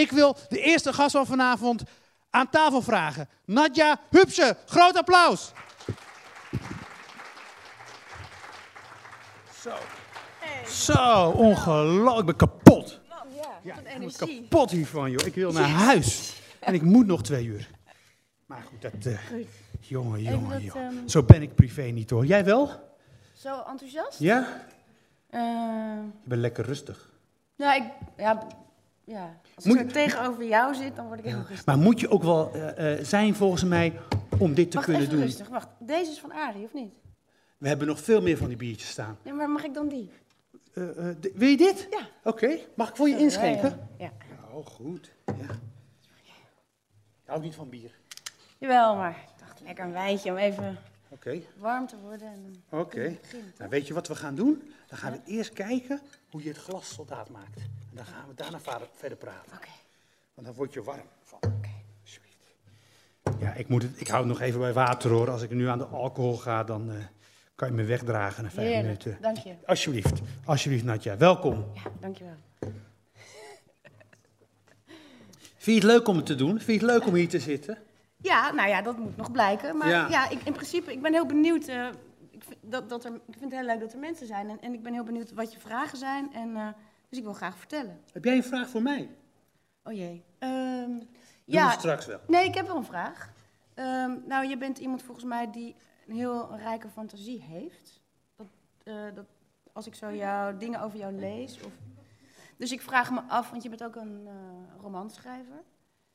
Ik wil de eerste gast van vanavond aan tafel vragen. Nadja Hupse, groot applaus. Zo. Hey. Zo, ongelooflijk. Ik ben kapot. Ja, wat Ik ben energie. kapot hiervan, joh. Ik wil naar huis. En ik moet nog 2 uur. Maar goed, dat... Goed. Jongen. Dat, Zo ben ik privé niet, hoor. Jij wel? Zo enthousiast? Ja? Eh, Je bent lekker rustig. nou, als Moet ik zo tegenover jou zit, dan word ik heel rustig. Maar moet je ook wel zijn, volgens mij, om dit te Wacht, kunnen even doen? rustig. Wacht, deze is van Arie, of niet? We hebben nog veel meer van die biertjes staan. Ja, maar mag ik dan die? Wil je dit? Ja. Oké. Mag ik voor je inschenken? Ja. Oh, goed. Ja. Ik hou niet van bier. Jawel, maar ik dacht lekker een wijntje om even Oké. warm te worden. En dan Oké. beginnen, toch? Nou, weet je wat we gaan doen? Dan gaan we eerst kijken hoe je het glas soldaat maakt. En dan gaan we daarna verder praten. Oké. Want dan word je warm van. Oké. Alsjeblieft. Ja, ik hou het nog even bij water, hoor. Als ik nu aan de alcohol ga, dan kan je me wegdragen na 5 Heerlijk, minuten. dank je. Alsjeblieft, Nadja. Welkom. Ja, dankjewel. Vind je het leuk om het te doen? Vind je het leuk om hier te zitten? Ja, nou ja, dat moet nog blijken. Maar Ja. ja, in principe, ik ben heel benieuwd. Ik vind het heel leuk dat er mensen zijn. En ik ben heel benieuwd wat je vragen zijn. En, dus ik wil graag vertellen. Heb jij een vraag voor mij? Oh jee. Doen Ja, we straks wel. nee, ik heb wel een vraag. Nou, je bent iemand volgens mij die een heel rijke fantasie heeft. Als ik zo dingen over jou lees. Dus ik vraag me af, want je bent ook een romanschrijver.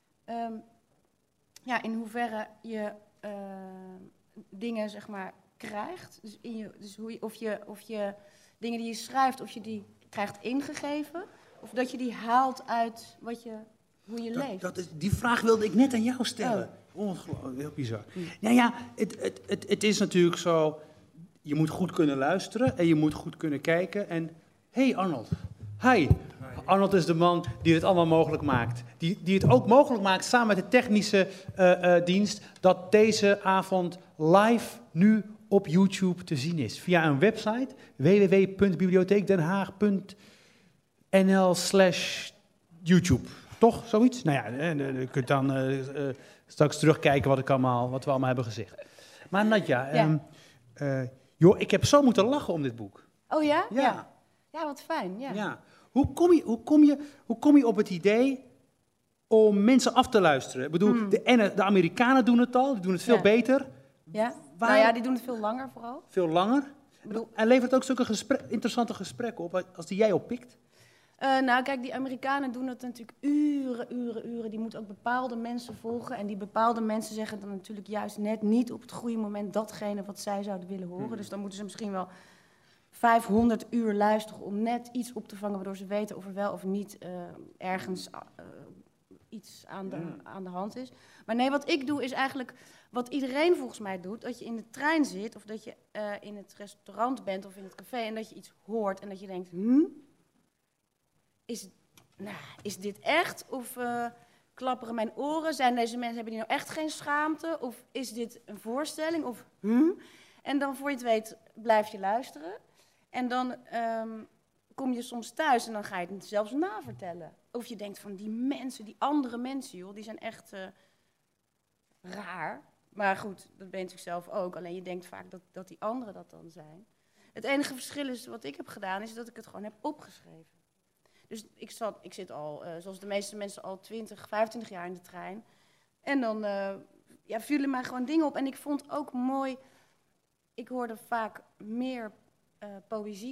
Ja, in hoeverre je dingen, zeg maar, krijgt. Dus of je dingen die je schrijft, of je die krijgt ingegeven. Of dat je die haalt uit hoe je leeft. Die vraag wilde ik net aan jou stellen. Ongelooflijk, heel bizar. Nou ja, het is natuurlijk zo, je moet goed kunnen luisteren en je moet goed kunnen kijken. En, hey Arnold, hi. Arnold is de man die het allemaal mogelijk maakt. Die het ook mogelijk maakt, samen met de technische dienst, dat deze avond live nu op YouTube te zien is. Via een website, www.bibliotheekdenhaag.nl/YouTube. Toch, zoiets? Nou ja, je kunt dan straks terugkijken wat we allemaal hebben gezegd. Maar Nadja, joh, ik heb zo moeten lachen om dit boek. Oh ja? Ja. Ja, wat fijn. Ja. Ja. Hoe kom je op het idee om mensen af te luisteren? Ik bedoel, de Amerikanen doen het al, die doen het veel beter. Ja? Nou ja, die doen het veel langer vooral. Veel langer. En levert ook zulke interessante gesprekken op als die jij oppikt? Nou, kijk, die Amerikanen doen het natuurlijk uren. Die moeten ook bepaalde mensen volgen. En die bepaalde mensen zeggen dan natuurlijk juist net niet op het goede moment datgene wat zij zouden willen horen. Dus dan moeten ze misschien wel 500 uur luisteren om net iets op te vangen waardoor ze weten of er wel of niet ergens iets aan de hand is. Maar nee, wat ik doe is eigenlijk wat iedereen volgens mij doet. Dat je in de trein zit of dat je in het restaurant bent of in het café en dat je iets hoort en dat je denkt, is dit echt? Of klapperen mijn oren? Zijn deze mensen, hebben die nou echt geen schaamte? Of is dit een voorstelling? Of En dan voor je het weet blijf je luisteren. En dan kom je soms thuis en dan ga je het zelfs navertellen. Of je denkt van die andere mensen, joh, die zijn echt raar. Maar goed, dat ben je natuurlijk zelf ook. Alleen je denkt vaak dat die anderen dat dan zijn. Het enige verschil is wat ik heb gedaan, is dat ik het gewoon heb opgeschreven. Dus ik zit al, zoals de meeste mensen, al 20, 25 jaar in de trein. En dan vielen mij gewoon dingen op. En ik vond ook mooi, ik hoorde vaak meer poëzie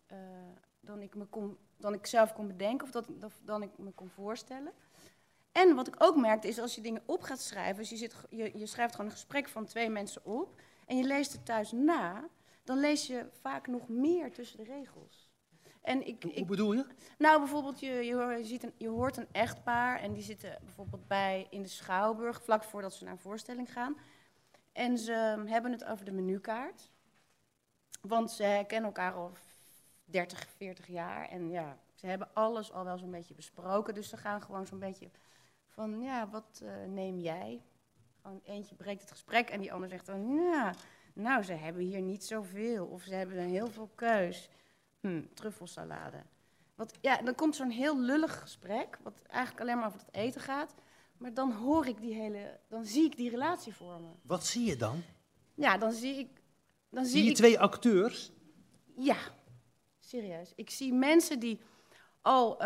dan ik zelf kon bedenken of dan ik me kon voorstellen. En wat ik ook merkte is, als je dingen op gaat schrijven, dus je schrijft gewoon een gesprek van 2 mensen op en je leest het thuis na, dan lees je vaak nog meer tussen de regels. En Hoe bedoel je? Nou, bijvoorbeeld, je hoort een echtpaar en die zitten bijvoorbeeld in de Schouwburg, vlak voordat ze naar een voorstelling gaan. En ze hebben het over de menukaart. Want ze kennen elkaar al 30, 40 jaar. En ja, ze hebben alles al wel zo'n beetje besproken. Dus ze gaan gewoon zo'n beetje van, ja, wat neem jij? Gewoon eentje breekt het gesprek en die ander zegt dan, ja, nou, ze hebben hier niet zoveel. Of ze hebben heel veel keus. Truffelsalade. Dan komt zo'n heel lullig gesprek, wat eigenlijk alleen maar over het eten gaat. Maar dan dan zie ik die relatie vormen. Wat zie je dan? Ja, dan zie ik... Zie je twee acteurs? Ja, serieus. Ik zie mensen die al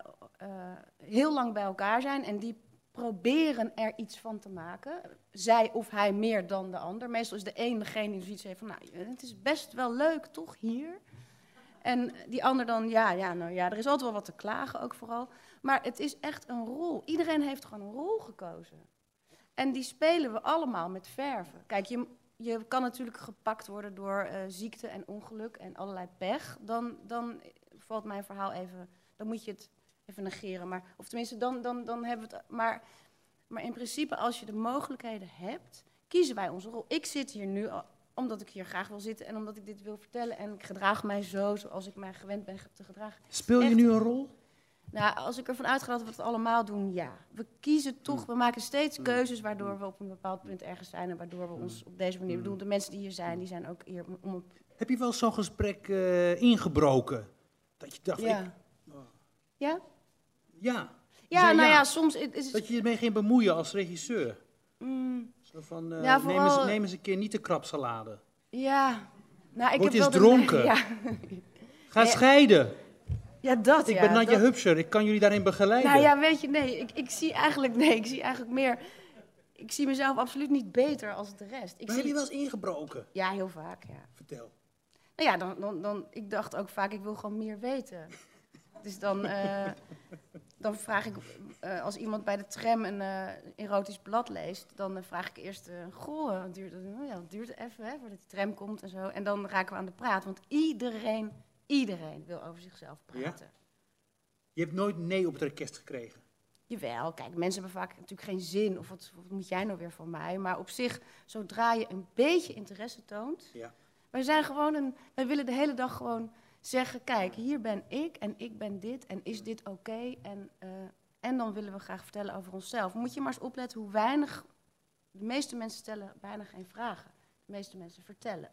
heel lang bij elkaar zijn en die proberen er iets van te maken. Zij of hij meer dan de ander. Meestal is de een degene die zoiets heeft van, nou, het is best wel leuk, toch, hier? En die ander dan, er is altijd wel wat te klagen, ook vooral. Maar het is echt een rol. Iedereen heeft gewoon een rol gekozen. En die spelen we allemaal met verven. Kijk, je kan natuurlijk gepakt worden door ziekte en ongeluk en allerlei pech. Dan valt mijn verhaal even, dan moet je het even negeren. Of tenminste, dan hebben we het... Maar in principe, als je de mogelijkheden hebt, kiezen wij onze rol. Ik zit hier nu omdat ik hier graag wil zitten en omdat ik dit wil vertellen. En ik gedraag mij zo, zoals ik mij gewend ben te gedragen. Speel je nu een rol? Nou, als ik ervan uitga dat we het allemaal doen, ja. We kiezen toch, we maken steeds keuzes waardoor we op een bepaald punt ergens zijn en waardoor we ons op deze manier bedoelen. De mensen die hier zijn, die zijn ook hier om... Heb je wel zo'n gesprek ingebroken? Dat je dacht, Ja. Ja? Ja. Ja, nou ja, soms... is dat je ermee ging bemoeien als regisseur. Zo van, vooral... neem eens een keer niet de krabsalade. Ja. Nou, ik Word heb eens wel dronken. Ja. Ga scheiden. Ja, dat Ik ben Nadja Hupscher, ik kan jullie daarin begeleiden. Nou ja, weet je, ik zie eigenlijk meer... Ik zie mezelf absoluut niet beter als de rest. Maar heb je wel eens ingebroken? Ja, heel vaak, ja. Vertel. Nou ja, dan ik dacht ook vaak, ik wil gewoon meer weten. Dus dan vraag ik, als iemand bij de tram een erotisch blad leest, dan vraag ik eerst, wat duurt het even, hè, voordat de tram komt en zo. En dan raken we aan de praat, want iedereen wil over zichzelf praten. Ja? Je hebt nooit nee op het orkest gekregen? Jawel, kijk, mensen hebben vaak natuurlijk geen zin, of wat moet jij nou weer van mij? Maar op zich, zodra je een beetje interesse toont, wij willen de hele dag gewoon zeggen, kijk, hier ben ik en ik ben dit en is dit oké? En dan willen we graag vertellen over onszelf. Moet je maar eens opletten hoe weinig, de meeste mensen stellen bijna geen vragen. De meeste mensen vertellen.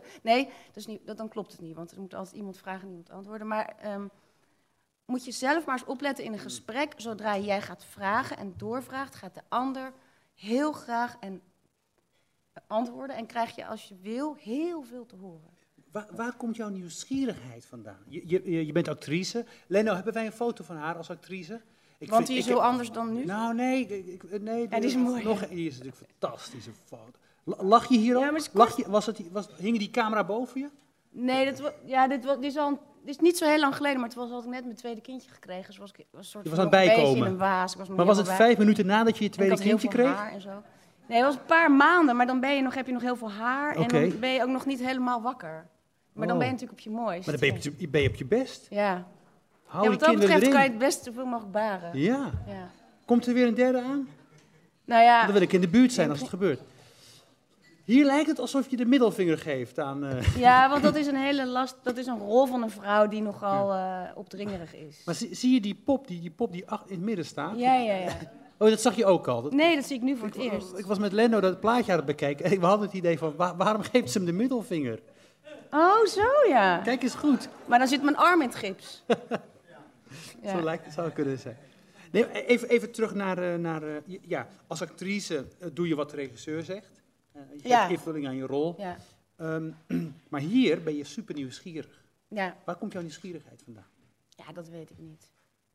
Dan klopt het niet, want er moet altijd iemand vragen en iemand antwoorden. Maar moet je zelf maar eens opletten in een gesprek, zodra jij gaat vragen en doorvraagt, gaat de ander heel graag antwoorden en krijg je als je wil heel veel te horen. Waar komt jouw nieuwsgierigheid vandaan? Je bent actrice. Leno, hebben wij een foto van haar als actrice? Want die is heel anders dan nu? Nou, nee. Die is mooi. Die is natuurlijk een fantastische foto. Lach je hier ook? Hing die camera boven je? Nee, dit is niet zo heel lang geleden, maar toen had ik net mijn tweede kindje gekregen. Dus je was aan het bijkomen? In een waas. Maar was het 5 minuten nadat je je tweede kindje kreeg? Haar en zo. Nee, het was een paar maanden, maar dan heb je nog heel veel haar. Okay. En dan ben je ook nog niet helemaal wakker. Maar dan ben je natuurlijk op je mooist. Maar dan ben je op je best. Ja. Hou wat dat betreft kan je het best zoveel mogelijk baren. Ja. Komt er weer een derde aan? Nou ja. Dan wil ik in de buurt zijn als het gebeurt. Hier lijkt het alsof je de middelvinger geeft aan... Ja, want dat is dat is een rol van een vrouw die nogal opdringerig is. Maar zie je die pop die in het midden staat? Ja. Oh, dat zag je ook al? Nee, dat zie ik nu voor het eerst. Ik was met Leno dat plaatje aan het bekijken en we hadden het idee van, waarom geeft ze hem de middelvinger? Oh, zo ja. Kijk eens goed. Maar dan zit mijn arm in het gips. Ja. Zo lijkt het, zou het kunnen zijn. Nee, even terug naar als actrice doe je wat de regisseur zegt. Je geeft invulling aan je rol. Ja. Maar hier ben je super nieuwsgierig. Ja. Waar komt jouw nieuwsgierigheid vandaan? Ja, dat weet ik niet.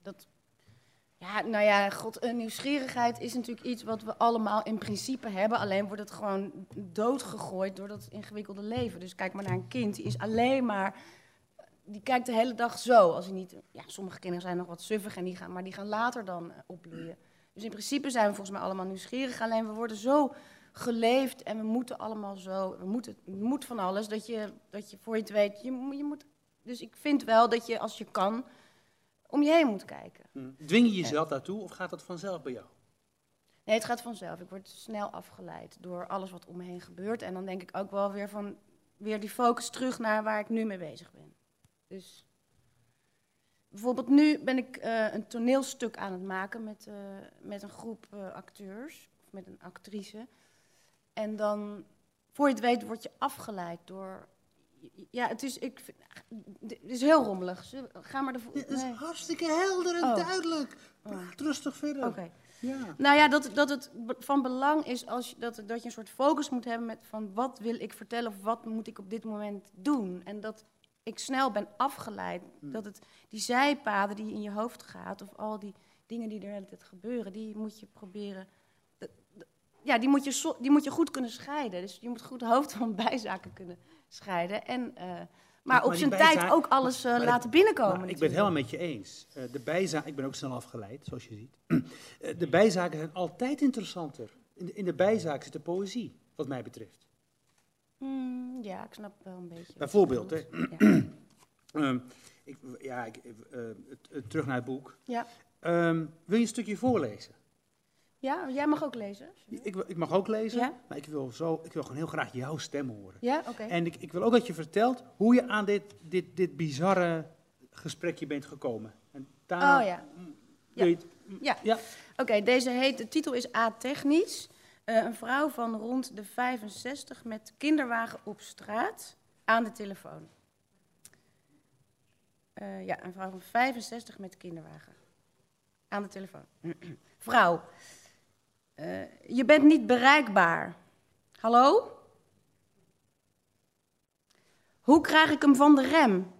Nieuwsgierigheid is natuurlijk iets wat we allemaal in principe hebben. Alleen wordt het gewoon doodgegooid door dat ingewikkelde leven. Dus kijk maar naar een kind, die is alleen maar... Die kijkt de hele dag zo. Als hij niet, sommige kinderen zijn nog wat suffig, maar die gaan later dan opbloeien. Dus in principe zijn we volgens mij allemaal nieuwsgierig. Alleen we worden zo geleefd en we moeten allemaal zo... We moeten van alles, dat je voor je het weet... Je moet, dus ik vind wel dat je, als je kan... om je heen moet kijken. Dwing je jezelf daartoe of gaat dat vanzelf bij jou? Nee, het gaat vanzelf. Ik word snel afgeleid door alles wat om me heen gebeurt. En dan denk ik ook wel weer die focus terug naar waar ik nu mee bezig ben. Dus bijvoorbeeld nu ben ik een toneelstuk aan het maken met een groep acteurs, of met een actrice. En dan, voor je het weet, word je afgeleid door... Ja, het is heel rommelig. Ga maar ervoor. Dit is hartstikke helder en duidelijk. Praat rustig verder. Oké. Ja. Nou ja, dat het van belang is dat je een soort focus moet hebben met van wat wil ik vertellen of wat moet ik op dit moment doen. En dat ik snel ben afgeleid. Dat die zijpaden die in je hoofd gaat of al die dingen die er de hele tijd gebeuren, die moet je proberen... Ja, die moet je goed kunnen scheiden. Dus je moet goed hoofd van bijzaken kunnen scheiden. En, maar op zijn tijd ook alles laten binnenkomen. Ik ben het helemaal met je eens. Ik ben ook snel afgeleid, zoals je ziet. De bijzaken zijn altijd interessanter. In de bijzaak zit de poëzie, wat mij betreft. Ja, ik snap wel een beetje. Bijvoorbeeld, hè. Terug naar het boek. Ja. Wil je een stukje voorlezen? Ja, jij mag ook lezen. Ik mag ook lezen, ja? maar ik wil gewoon heel graag jouw stem horen. Ja, oké. En ik wil ook dat je vertelt hoe je aan dit bizarre gesprekje bent gekomen. En daar, ja. Oké, de titel is A-technisch. Een vrouw van rond de 65 met kinderwagen op straat aan de telefoon. Een vrouw van 65 met kinderwagen aan de telefoon. Vrouw, je bent niet bereikbaar. Hallo? Hoe krijg ik hem van de rem?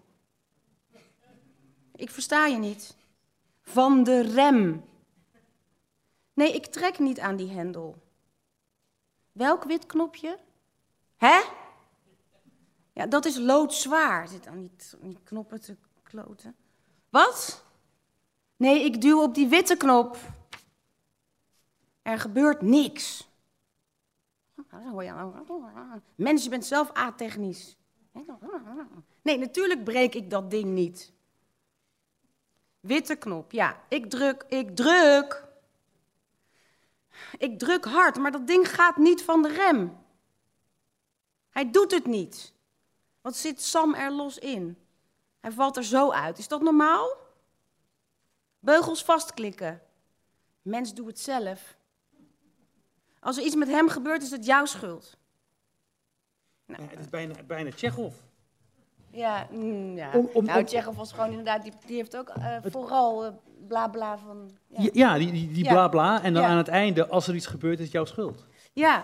Ik versta je niet. Van de rem. Nee, ik trek niet aan die hendel. Welk wit knopje? Hè? Ja, dat is loodzwaar. Zit aan die knoppen te kloten. Wat? Nee, ik duw op die witte knop. Er gebeurt niks. Mens, je bent zelf atechnisch. Nee, natuurlijk breek ik dat ding niet. Witte knop, ja. Ik druk. Ik druk hard, maar dat ding gaat niet van de rem. Hij doet het niet. Wat zit Sam er los in? Hij valt er zo uit. Is dat normaal? Beugels vastklikken. Mens, doe het zelf. Als er iets met hem gebeurt, is het jouw schuld. Nou, het is bijna Tsjechov. Ja. Tsjechov was gewoon inderdaad, die heeft ook vooral bla bla van... Ja, die bla bla. En dan aan het einde, als er iets gebeurt, is het jouw schuld. Ja.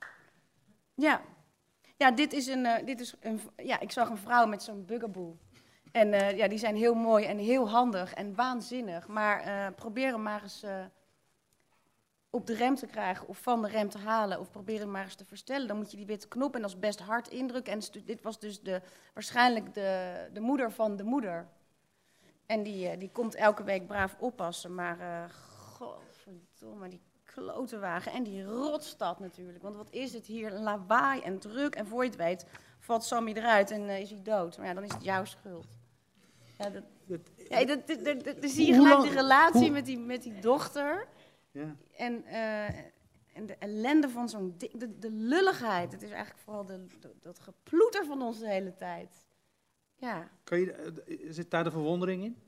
Ja, dit is ik zag een vrouw met zo'n bugaboo. En die zijn heel mooi en heel handig en waanzinnig. Maar probeer hem maar eens op de rem te krijgen of van de rem te halen. Of probeer hem maar eens te verstellen. Dan moet je die witte knop en dat is best hard indrukken. En dit was dus waarschijnlijk de moeder van de moeder. En die komt elke week braaf oppassen. Maar godverdomme, die klotenwagen en die rotstad natuurlijk. Want wat is het hier, lawaai en druk. En voor je het weet valt Sammy eruit en is hij dood. Maar ja, dan is het jouw schuld. Ja, dan zie je gelijk de relatie met die dochter. Ja. En de ellende van zo'n ding, de lulligheid. Het is eigenlijk vooral dat geploeter van ons de hele tijd. Ja. Zit daar de verwondering in?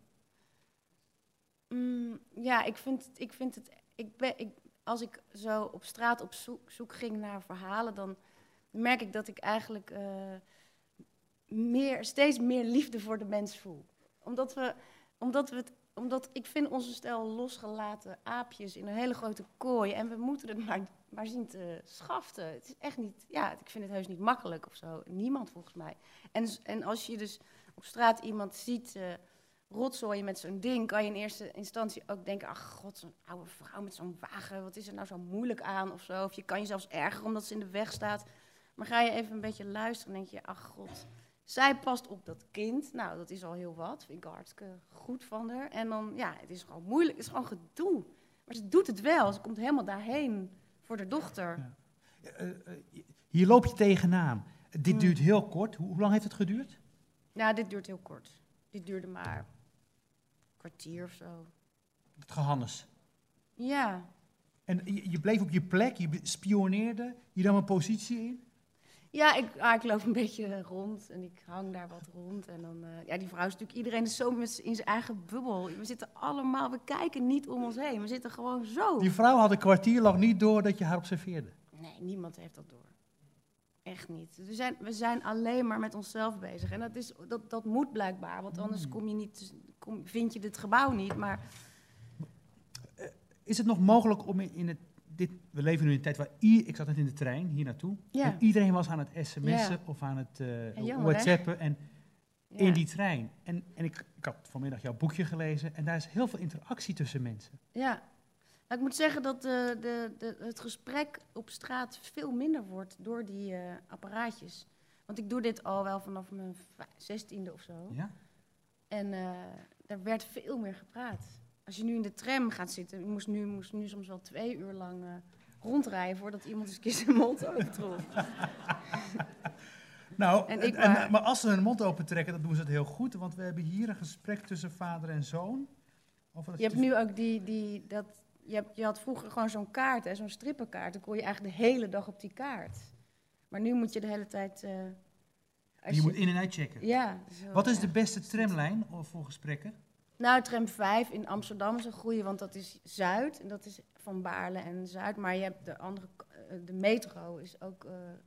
Ja, ik vind het... Als ik zo op straat op zoek ging naar verhalen, dan merk ik dat ik eigenlijk steeds meer liefde voor de mens voel. Omdat ik vind onze stel losgelaten aapjes in een hele grote kooi en we moeten het maar zien te schaften. Het is echt niet, ik vind het heus niet makkelijk of zo. Niemand volgens mij. En als je dus op straat iemand ziet rotzooien met zo'n ding, kan je in eerste instantie ook denken, ach god, zo'n oude vrouw met zo'n wagen, wat is er nou zo moeilijk aan of zo. Of je kan je zelfs ergeren omdat ze in de weg staat. Maar ga je even een beetje luisteren en denk je, ach god, zij past op dat kind. Nou, dat is al heel wat, vind ik hartstikke goed van haar. En dan, het is gewoon moeilijk, het is gewoon gedoe. Maar ze doet het wel, ze komt helemaal daarheen voor de dochter. Ja. Hier loop je tegenaan. Dit duurt heel kort. Hoe lang heeft het geduurd? Nou, dit duurt heel kort. Dit duurde maar kwartier of zo. Het gehannes. Ja. En je bleef op je plek, je spioneerde, je nam een positie in? Ja, ik loop een beetje rond en ik hang daar wat rond. En dan, die vrouw is natuurlijk, iedereen is zo in zijn eigen bubbel. We zitten allemaal, we kijken niet om ons heen, we zitten gewoon zo. Die vrouw had een kwartier lang niet door dat je haar observeerde? Nee, niemand heeft dat door. echt niet. We zijn alleen maar met onszelf bezig. En dat moet blijkbaar, want anders vind je dit gebouw niet. Maar Is het nog mogelijk om we leven nu in een tijd waar ik zat net in de trein hier naartoe. Ja. En iedereen was aan het sms'en Ja. of aan het jammer, whatsappen. En ja. in die trein. En ik had vanmiddag jouw boekje gelezen. En daar is heel veel interactie tussen mensen. Ja. Maar ik moet zeggen dat het gesprek op straat veel minder wordt door die apparaatjes. Want ik doe dit al wel vanaf mijn 16e of zo. Ja? En er werd veel meer gepraat. Als je nu in de tram gaat zitten, moest nu soms wel 2 uur lang rondrijden voordat iemand eens een keer zijn mond opentrok. Nou, Maar als ze hun mond open trekken, dan doen ze het heel goed. Want we hebben hier een gesprek tussen vader en zoon. je hebt nu ook je had vroeger gewoon zo'n kaart, hè, zo'n strippenkaart. Dan kon je eigenlijk de hele dag op die kaart. Maar nu moet je de hele tijd... je moet in en uit checken. Ja. Wat is de beste tramlijn voor gesprekken? Nou, tram 5 in Amsterdam is een goeie, want dat is Zuid. En dat is van Baarle en Zuid. Maar je hebt de metro is ook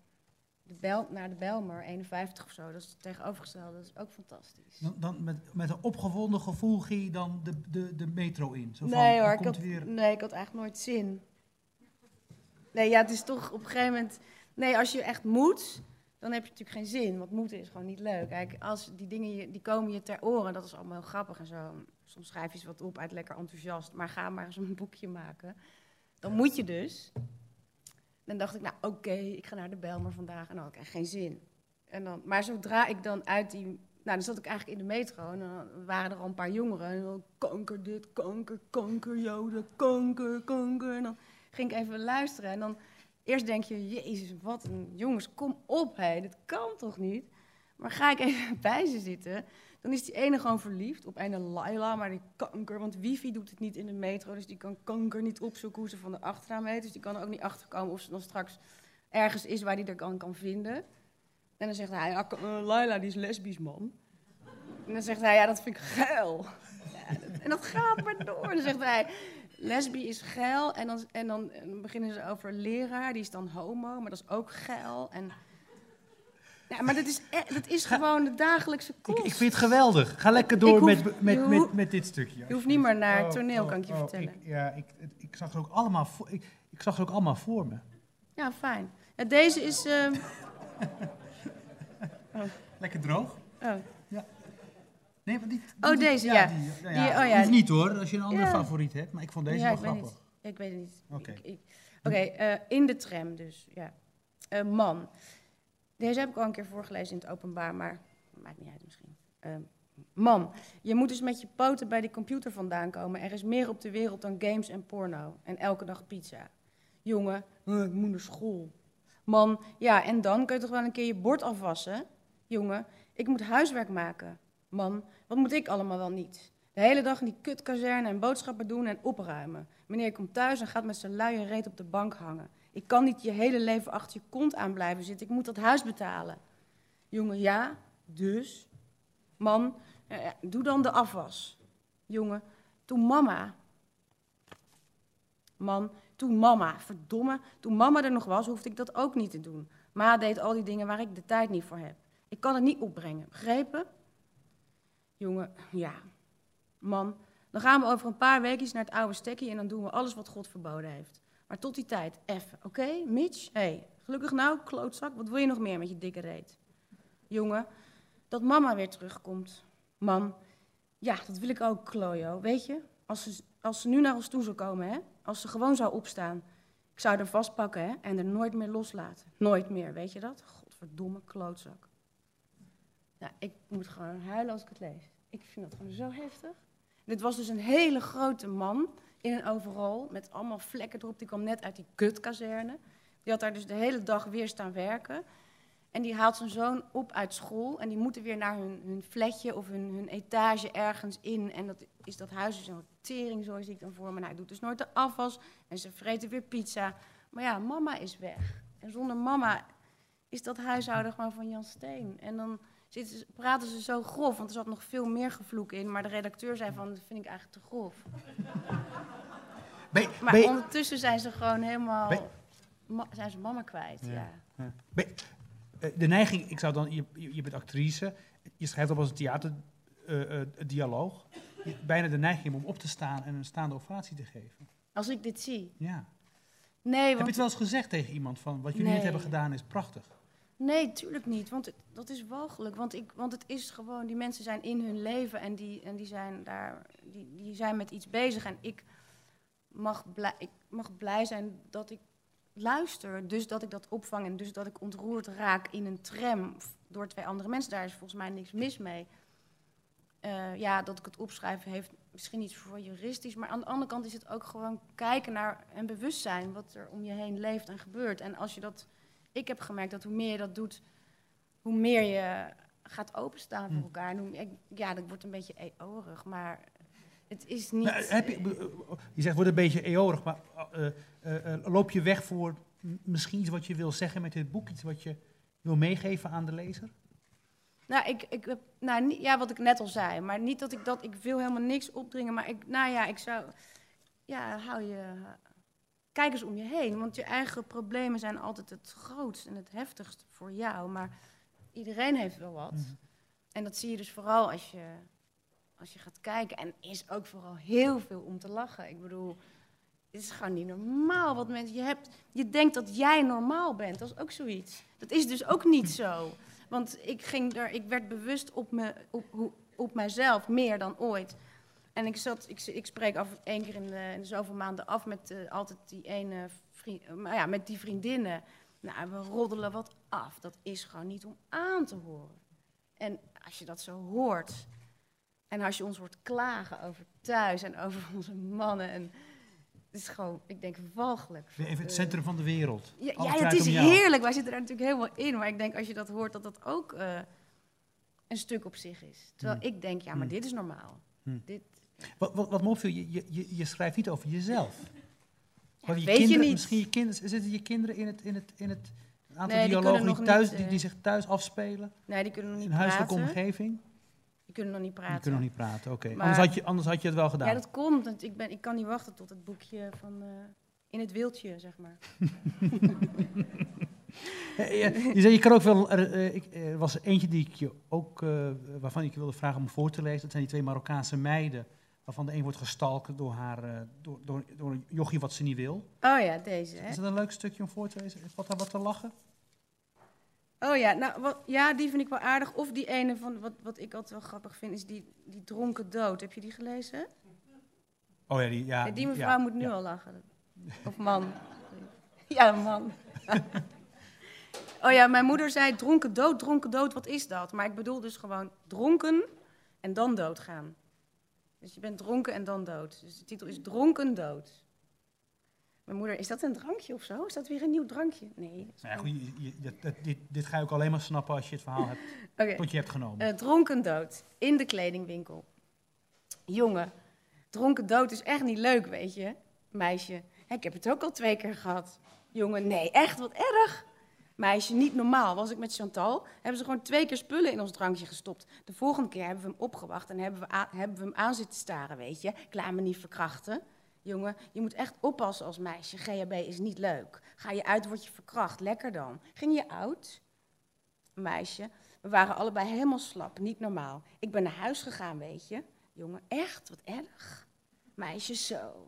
naar de Bijlmer, 51 of zo. Dat is het tegenovergestelde, dat is ook fantastisch. Dan met een opgewonden gevoel ging je dan de metro in? Zo van, Nee hoor, ik had eigenlijk nooit zin. Nee, ja, het is toch op een gegeven moment... Nee, als je echt moet, dan heb je natuurlijk geen zin. Want moeten is gewoon niet leuk. Kijk, als die dingen die komen je ter oren, dat is allemaal heel grappig en zo. Soms schrijf je eens wat op uit lekker enthousiast, maar ga maar eens een boekje maken. Dan moet je dus. Dan dacht ik, nou oké, ik ga naar de Bijlmer vandaag. En dan had ik echt geen zin. Maar zodra ik dan uit die... Nou, dan zat ik eigenlijk in de metro en dan waren er al een paar jongeren. En dan kanker dit, kanker, joden, kanker. En dan ging ik even luisteren en dan... Eerst denk je, jezus, wat een jongens, kom op, dit kan toch niet? Maar ga ik even bij ze zitten, dan is die ene gewoon verliefd op een Laila, maar die kanker, want wifi doet het niet in de metro, dus die kan kanker niet opzoeken hoe ze van de achternaam heet, dus die kan er ook niet achterkomen of ze dan straks ergens is waar die er kan vinden. En dan zegt hij, Laila, die is lesbisch, man. En dan zegt hij, ja, dat vind ik geil. Ja, en dat gaat maar door. Dan zegt hij... Lesbi is geil en dan beginnen ze over leraar, die is dan homo, maar dat is ook geil. Ja, maar dat is gewoon de dagelijkse kost. Ik vind het geweldig. Ga lekker door met dit stukje. Je hoeft niet meer naar het toneel, kan ik je vertellen. Ik zag ze ook allemaal voor me. Ja, fijn. Ja, deze is... Lekker droog. Oh. Ja. Nee, maar deze, ja. Hoeft niet hoor, als je een andere favoriet hebt. Maar ik vond deze wel grappig. Ik weet het niet. Oké. In de tram dus, ja. Man. Deze heb ik al een keer voorgelezen in het openbaar, maar maakt niet uit misschien. Man, je moet dus met je poten bij die computer vandaan komen. Er is meer op de wereld dan games en porno. En elke dag pizza. Jongen, ik moet naar school. Man, ja, en dan kun je toch wel een keer je bord afwassen? Jongen, ik moet huiswerk maken. Man, wat moet ik allemaal wel niet? De hele dag in die kutkazerne en boodschappen doen en opruimen. Meneer komt thuis en gaat met zijn luie reet op de bank hangen. Ik kan niet je hele leven achter je kont aan blijven zitten. Ik moet dat huis betalen. Jongen, ja, dus. Man, doe dan de afwas. Jongen, toen mama. Man, toen mama. Verdomme, toen mama er nog was, hoefde ik dat ook niet te doen. Ma deed al die dingen waar ik de tijd niet voor heb. Ik kan het niet opbrengen, begrepen? Jongen, ja. Man, dan gaan we over een paar weekjes naar het oude stekkie en dan doen we alles wat God verboden heeft. Maar tot die tijd, even, oké? Mitch? Gelukkig nou, klootzak, wat wil je nog meer met je dikke reet? Jongen, dat mama weer terugkomt. Man, ja, dat wil ik ook, klojo, weet je? Als ze nu naar ons toe zou komen, hè? Als ze gewoon zou opstaan. Ik zou haar vastpakken, hè? En er nooit meer loslaten. Nooit meer, weet je dat? Godverdomme klootzak. Nou, ik moet gewoon huilen als ik het lees. Ik vind dat gewoon zo heftig. Dit was dus een hele grote man in een overall met allemaal vlekken erop. Die kwam net uit die kutkazerne. Die had daar dus de hele dag weer staan werken. En die haalt zijn zoon op uit school. En die moeten weer naar hun flatje of hun etage ergens in. En dat huis is een tering, zo zie ik dan voor me. En hij doet dus nooit de afwas. En ze vreten weer pizza. Maar ja, mama is weg. En zonder mama is dat huishouden gewoon van Jan Steen. En dan praten ze zo grof, want er zat nog veel meer gevloek in. Maar de redacteur zei van, dat vind ik eigenlijk te grof. Ondertussen zijn ze gewoon helemaal... zijn ze mama kwijt, ja. De neiging, je bent actrice, je schrijft op als een theaterdialoog. Bijna de neiging om op te staan en een staande ovatie te geven. Als ik dit zie. Ja. Nee, Heb je want... het wel eens gezegd tegen iemand van, wat jullie Nee. net hebben gedaan is prachtig? Nee, tuurlijk niet. Want dat is walgelijk. Want het is gewoon, die mensen zijn in hun leven en die zijn daar, die zijn met iets bezig. En ik mag blij zijn dat ik luister, dus dat ik dat opvang en dus dat ik ontroerd raak in een tram door 2 andere mensen. Daar is volgens mij niks mis mee. Dat ik het opschrijf heeft misschien iets voor juristisch, maar aan de andere kant is het ook gewoon kijken naar en bewustzijn wat er om je heen leeft en gebeurt. En als je dat, ik heb gemerkt dat hoe meer je dat doet, hoe meer je gaat openstaan voor elkaar. Dat wordt een beetje eeuwig, maar het is niet... Nou, je zegt, wordt een beetje eeuwig, maar loop je weg voor misschien iets wat je wil zeggen met dit boek? Iets wat je wil meegeven aan de lezer? Nou, wat ik net al zei, maar niet dat ik wil helemaal niks opdringen, maar ik zou, kijk eens om je heen, want je eigen problemen zijn altijd het grootst en het heftigst voor jou, maar iedereen heeft wel wat. Mm-hmm. En dat zie je dus vooral als je gaat kijken, en is ook vooral heel veel om te lachen. Ik bedoel, het is gewoon niet normaal wat mensen, je denkt dat jij normaal bent, dat is ook zoiets. Dat is dus ook niet zo. Want ik werd bewust op mijzelf, meer dan ooit. En ik spreek 1 keer in de zoveel maanden af met altijd die ene met die vriendinnen. Nou, we roddelen wat af. Dat is gewoon niet om aan te horen. En als je dat zo hoort, en als je ons hoort klagen over thuis en over onze mannen, en het is gewoon, ik denk, walgelijk. Even het centrum van de wereld. Ja, het is heerlijk. Wij zitten daar natuurlijk helemaal in. Maar ik denk, als je dat hoort, dat dat ook een stuk op zich is. Terwijl ik denk, maar dit is normaal. Dit... Wat me opviel, je schrijft niet over jezelf. Ja, je weet kinderen, je niet. Misschien zitten je kinderen in het aantal Nee, dialogen die zich thuis afspelen? Nee, die kunnen nog niet in praten. huiselijke omgeving? Die kunnen nog niet praten. Die kunnen nog niet praten, oké. Maar... Anders had je het wel gedaan. Ja, dat komt. Want ik kan niet wachten tot het boekje van In het Wildje, zeg maar. Je zei, je kan ook wel... Er was eentje die ik je ook, waarvan ik je wilde vragen om voor te lezen. Dat zijn die 2 Marokkaanse meiden, waarvan de een wordt gestalkt door een jochie wat ze niet wil. Oh ja, deze, hè? Is dat een leuk stukje om voor te lezen? Valt daar wat te lachen? Oh ja, die vind ik wel aardig. Of die ene van, wat ik altijd wel grappig vind, is die dronken dood. Heb je die gelezen? Oh ja, die mevrouw moet nu al lachen. Of man. Ja, man. Oh ja, mijn moeder zei dronken dood, wat is dat? Maar ik bedoel dus gewoon dronken en dan doodgaan. Dus je bent dronken en dan dood. Dus de titel is Dronken dood. Mijn moeder, is dat een drankje of zo? Is dat weer een nieuw drankje? Nee. Nou ja, goed, dit ga je ook alleen maar snappen als je het verhaal hebt, tot je hebt genomen. Dronken dood, in de kledingwinkel. Jongen, dronken dood is echt niet leuk, weet je, meisje. Ik heb het ook al 2 keer gehad. Jongen, nee, echt, wat erg. Meisje, niet normaal. Was ik met Chantal, hebben ze gewoon 2 keer spullen in ons drankje gestopt. De volgende keer hebben we hem opgewacht en hebben we hem aan zitten staren, weet je. Ik laat me niet verkrachten. Jongen, je moet echt oppassen als meisje. GHB is niet leuk. Ga je uit, word je verkracht. Lekker dan. Ging je oud? Meisje, we waren allebei helemaal slap. Niet normaal. Ik ben naar huis gegaan, weet je. Jongen, echt? Wat erg. Meisje, zo.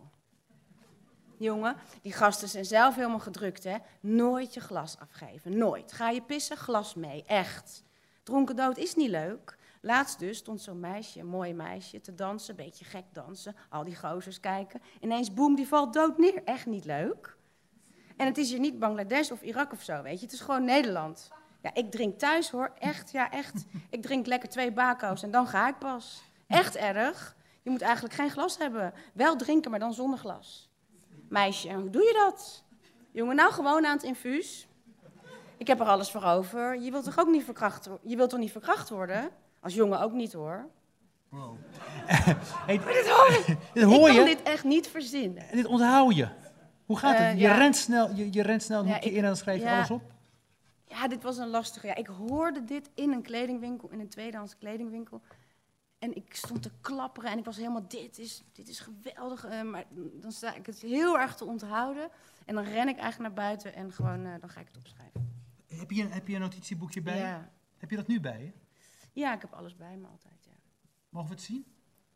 Jongen, die gasten zijn zelf helemaal gedrukt, hè. Nooit je glas afgeven. Nooit. Ga je pissen? Glas mee. Echt. Dronken dood is niet leuk. Laatst dus stond zo'n meisje, een mooi meisje, te dansen, een beetje gek dansen. Al die gozers kijken. Ineens, boem, die valt dood neer. Echt niet leuk. En het is hier niet Bangladesh of Irak of zo, weet je. Het is gewoon Nederland. Ja, ik drink thuis, hoor. Echt, ja, echt. Ik drink lekker 2 bako's en dan ga ik pas. Echt erg. Je moet eigenlijk geen glas hebben. Wel drinken, maar dan zonder glas. Meisje, en hoe doe je dat? Jongen, nou gewoon aan het infuus. Ik heb er alles voor over. Je wilt toch ook niet verkracht worden? Je wilt toch niet verkracht worden? Als jongen ook niet, hoor. Wow. Hey, maar dit hoor je. Ik kan dit echt niet verzinnen. En dit onthoud je. Hoe gaat het? Je rent snel een hoekje in en dan schrijf je alles op? Ja, dit was een lastige. Ja, ik hoorde dit in een kledingwinkel, in een tweedehands kledingwinkel. En ik stond te klapperen en ik was helemaal, dit is geweldig. Maar dan sta ik het heel erg te onthouden. En dan ren ik eigenlijk naar buiten en gewoon, dan ga ik het opschrijven. Heb je een notitieboekje bij je? Ja. Heb je dat nu bij je? Ja, ik heb alles bij me altijd, ja. Mogen we het zien?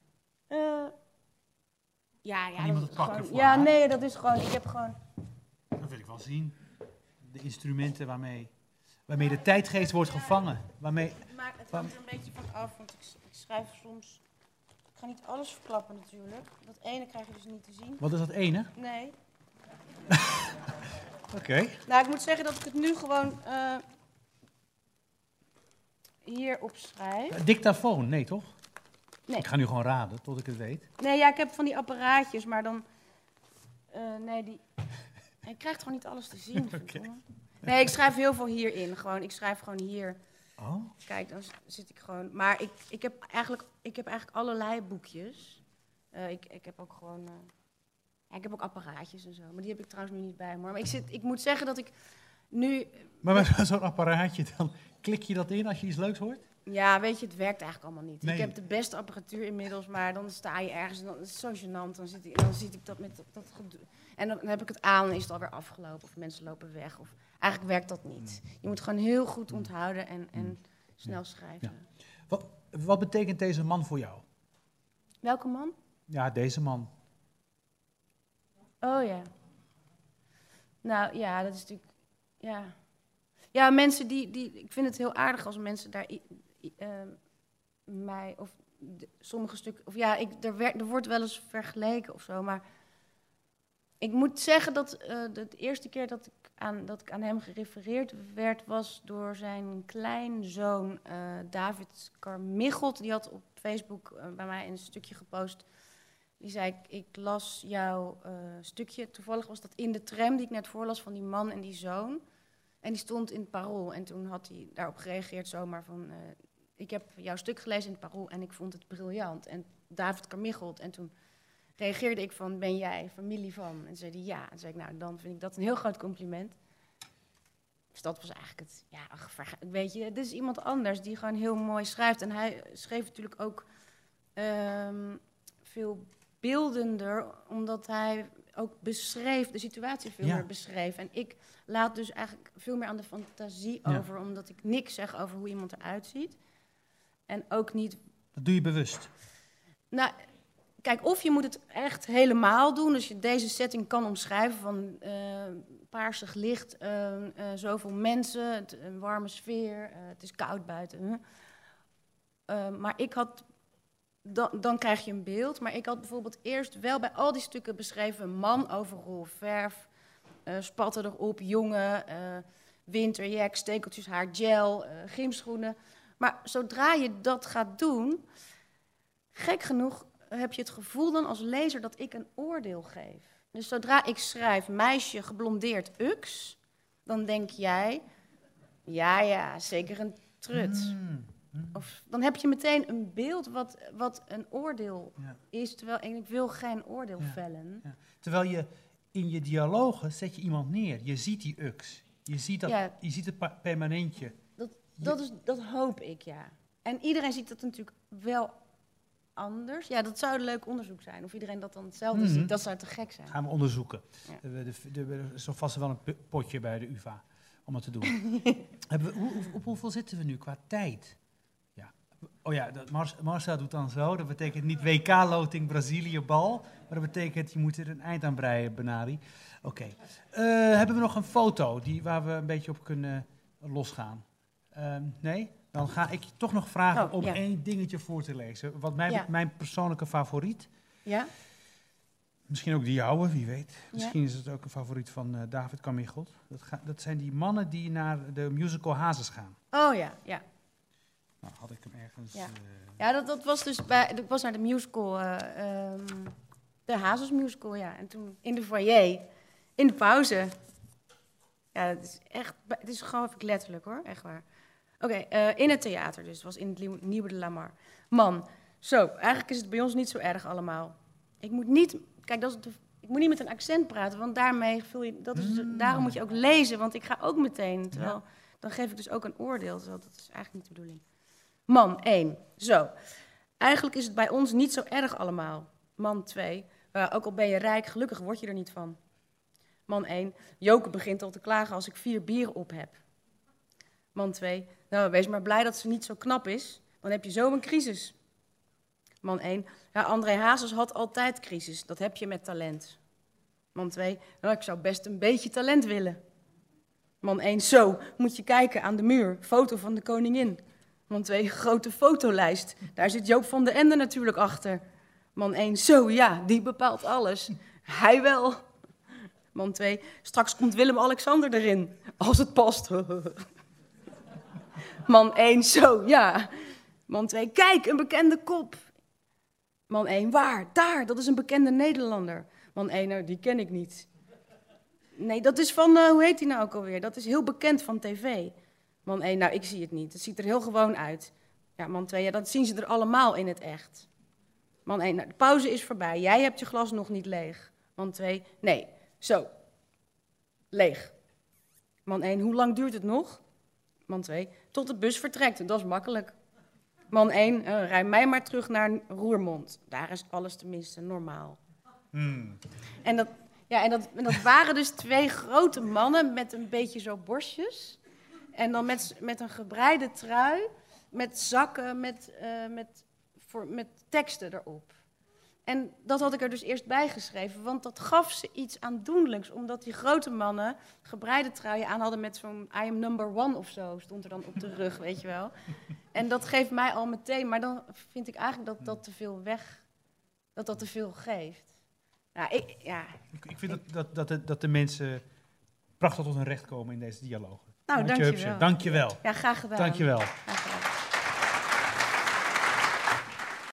Ja, Kan iemand dat het is pakken gewoon... voor Ja, haar? nee, dat is gewoon... Ik heb gewoon... Dat wil ik wel zien. De instrumenten waarmee de tijdgeest wordt gevangen. Waarmee... Het hangt er een beetje van af, want ik schrijf soms... Ik ga niet alles verklappen natuurlijk. Dat ene krijg je dus niet te zien. Wat is dat ene? Nee. Oké. Nou, ik moet zeggen dat ik het nu gewoon hier opschrijf. Dictafoon, nee toch? Nee. Ik ga nu gewoon raden, tot ik het weet. Nee, ja, ik heb van die apparaatjes, maar dan... Ik krijg gewoon niet alles te zien. Oké. Nee, ik schrijf heel veel hierin. Ik schrijf gewoon hier. Oh. Kijk, dan zit ik gewoon... Maar ik heb eigenlijk allerlei boekjes. Ik heb ook gewoon... ik heb ook apparaatjes en zo. Maar die heb ik trouwens nu niet bij me. Maar ik moet zeggen dat ik nu... Maar met zo'n apparaatje, dan klik je dat in als je iets leuks hoort? Ja, weet je, het werkt eigenlijk allemaal niet. Nee. Ik heb de beste apparatuur inmiddels, maar dan sta je ergens en dan is het zo gênant. Dan zit ik dat met dat gedoe. En dan heb ik het aan en is het alweer afgelopen. Of mensen lopen weg. Of eigenlijk werkt dat niet. Je moet gewoon heel goed onthouden en snel schrijven. Ja. Wat betekent deze man voor jou? Welke man? Ja, deze man. Oh ja. Nou ja, dat is natuurlijk... Ja, ja mensen die... Ik vind het heel aardig als mensen daar... mij of sommige stukken... Of ja, er wordt wel eens vergeleken of zo, maar... Ik moet zeggen dat de eerste keer dat ik aan hem gerefereerd werd... was door zijn kleinzoon David Carmichelt. Die had op Facebook bij mij een stukje gepost... Die zei, ik las jouw stukje. Toevallig was dat in de tram die ik net voorlas van die man en die zoon. En die stond in het Parool. En toen had hij daarop gereageerd zomaar van... ik heb jouw stuk gelezen in het Parool en ik vond het briljant. En David Carmichelt. En toen reageerde ik van, ben jij familie van? En zei hij ja. En toen zei ik, nou, dan vind ik dat een heel groot compliment. Dus dat was eigenlijk het... Ja, weet je, dit is iemand anders die gewoon heel mooi schrijft. En hij schreef natuurlijk ook veel... beeldender, omdat hij ook beschreef, de situatie veel meer beschreef. En ik laat dus eigenlijk veel meer aan de fantasie over, omdat ik niks zeg over hoe iemand eruit ziet. En ook niet... Dat doe je bewust? Nou, kijk, of je moet het echt helemaal doen, dus je deze setting kan omschrijven van paarsig licht, zoveel mensen, een warme sfeer, het is koud buiten. Maar ik had... Dan krijg je een beeld. Maar ik had bijvoorbeeld eerst wel bij al die stukken beschreven... man overal, verf, spatten erop, jongen, winterjack, stekeltjes haar, gel, gymschoenen. Maar zodra je dat gaat doen... gek genoeg heb je het gevoel dan als lezer dat ik een oordeel geef. Dus zodra ik schrijf meisje geblondeerd uks... dan denk jij, ja, zeker een trut... Of, dan heb je meteen een beeld wat een oordeel is, terwijl ik wil geen oordeel vellen. Ja. Terwijl je in je dialogen zet je iemand neer. Je ziet die uks. Je ziet het permanentje. Dat hoop ik, ja. En iedereen ziet dat natuurlijk wel anders. Ja, dat zou een leuk onderzoek zijn. Of iedereen dat dan hetzelfde ziet, dat zou te gek zijn. Gaan we onderzoeken. Ja. Er is vast wel een potje bij de UvA om dat te doen. Op hoeveel zitten we nu qua tijd? Oh ja, Marcel doet dan zo. Dat betekent niet WK-loting Brazilië-bal. Maar dat betekent, je moet er een eind aan breien, Benari. Oké. Hebben we nog een foto waar we een beetje op kunnen losgaan? Nee? Dan ga ik je toch nog vragen om één dingetje voor te lezen. Wat mijn persoonlijke favoriet. Ja? Misschien ook die jouwe, wie weet. Misschien is het ook een favoriet van David Carmichelt. Dat zijn die mannen die naar de musical Hazes gaan. Oh ja. Nou, had ik hem ergens... Ja, dat was dus ik was naar de musical, de Hazes musical, ja. En toen in de foyer, in de pauze. Ja, het is geloof ik letterlijk hoor, echt waar. Oké, in het theater dus, het was in het Nieuwe de Lamar. Man, zo, eigenlijk is het bij ons niet zo erg allemaal. Ik moet niet met een accent praten, want daarmee vul je, daarom moet je ook lezen, want ik ga ook meteen, terwijl dan geef ik dus ook een oordeel, terwijl dat is eigenlijk niet de bedoeling. Man 1, zo. Eigenlijk is het bij ons niet zo erg allemaal. Man 2, ook al ben je rijk, gelukkig word je er niet van. Man 1, Joke begint al te klagen als ik 4 bieren op heb. Man 2, nou, wees maar blij dat ze niet zo knap is. Dan heb je zo een crisis. Man 1, ja, André Hazes had altijd crisis. Dat heb je met talent. Man 2, nou, ik zou best een beetje talent willen. Man 1, zo, moet je kijken aan de muur. Foto van de koningin. Man 2, grote fotolijst. Daar zit Joop van den Ende natuurlijk achter. Man 1, zo, ja, die bepaalt alles. Hij wel. Man 2, straks komt Willem-Alexander erin. Als het past. Man 1, zo, ja. Man 2, kijk, een bekende kop. Man 1, waar? Daar, dat is een bekende Nederlander. Man 1, nou, die ken ik niet. Nee, dat is van, hoe heet die nou ook alweer? Dat is heel bekend van tv. Man 1, nou, ik zie het niet. Het ziet er heel gewoon uit. Ja, man 2, ja, dat zien ze er allemaal in het echt. Man 1, nou, de pauze is voorbij. Jij hebt je glas nog niet leeg. Man 2, nee, zo. Leeg. Man 1, hoe lang duurt het nog? Man 2, tot de bus vertrekt. Dat is makkelijk. Man 1, rij mij maar terug naar Roermond. Daar is alles tenminste normaal. En dat waren dus 2 grote mannen met een beetje zo borstjes. En dan met een gebreide trui, met zakken, met teksten erop. En dat had ik er dus eerst bij geschreven, want dat gaf ze iets aandoenlijks. Omdat die grote mannen gebreide truien aan hadden met zo'n I am number 1 of zo, stond er dan op de rug, weet je wel. En dat geeft mij al meteen, maar dan vind ik eigenlijk dat te veel dat te veel geeft. Ik vind dat de mensen prachtig tot hun recht komen in deze dialogen. Nou, dankjewel. Dankjewel. Ja, graag gedaan. Dankjewel. Graag gedaan.